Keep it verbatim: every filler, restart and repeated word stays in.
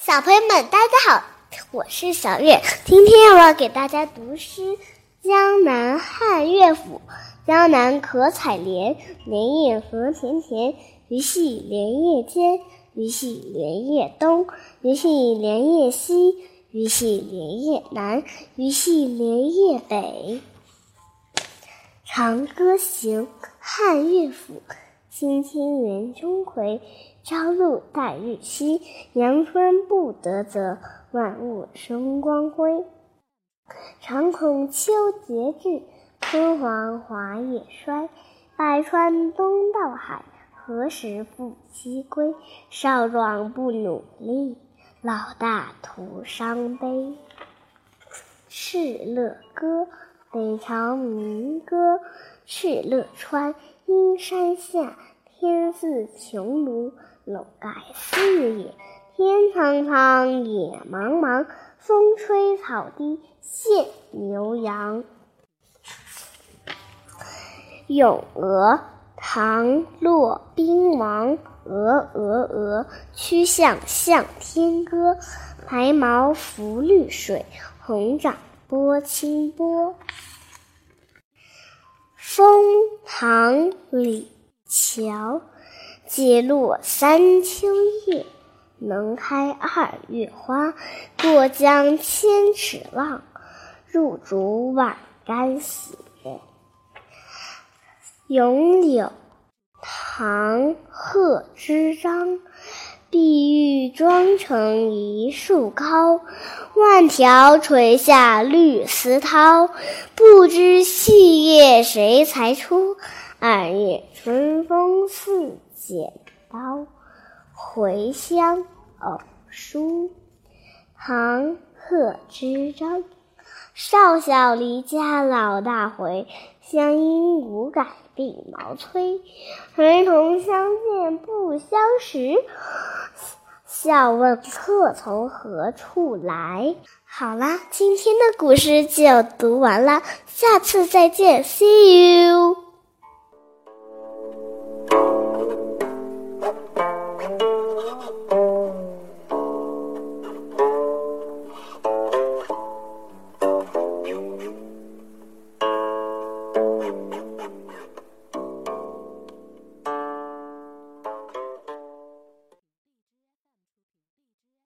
小朋友们大家好，我是小月。今天我要给大家读诗《江南汉乐府》。江南可采莲，莲叶何田田。鱼戏莲叶间，鱼戏莲叶东。鱼戏莲叶西，鱼戏莲叶南。鱼戏莲叶北。长歌行，汉乐府。青青园中葵，朝露待日晞。阳春布德泽，万物生光辉。常恐秋节至，春黄花叶衰。百川东到海，何时复西归？少壮不努力，老大徒伤悲。敕勒歌，北朝民歌。敕勒川，阴山下，天似穹庐。笼盖四野，天苍苍，野茫茫。风吹草低见牛羊。咏鹅，唐·骆宾王。鹅鹅鹅，曲项向天歌。白毛浮绿水，红掌拨清波。风，唐·李峤。解落三秋叶，能开二月花。过江千尺浪，入竹万竿斜。咏柳，唐·贺知章。碧玉妆成一树高，万条垂下绿丝绦。不知细叶谁裁出，二月春风似剪刀。回乡偶书，唐·贺知章。少小离家老大回，乡音无改鬓毛衰。儿童相见不相识，笑问客从何处来。好啦，今天的故事就读完了，下次再见 ，See you。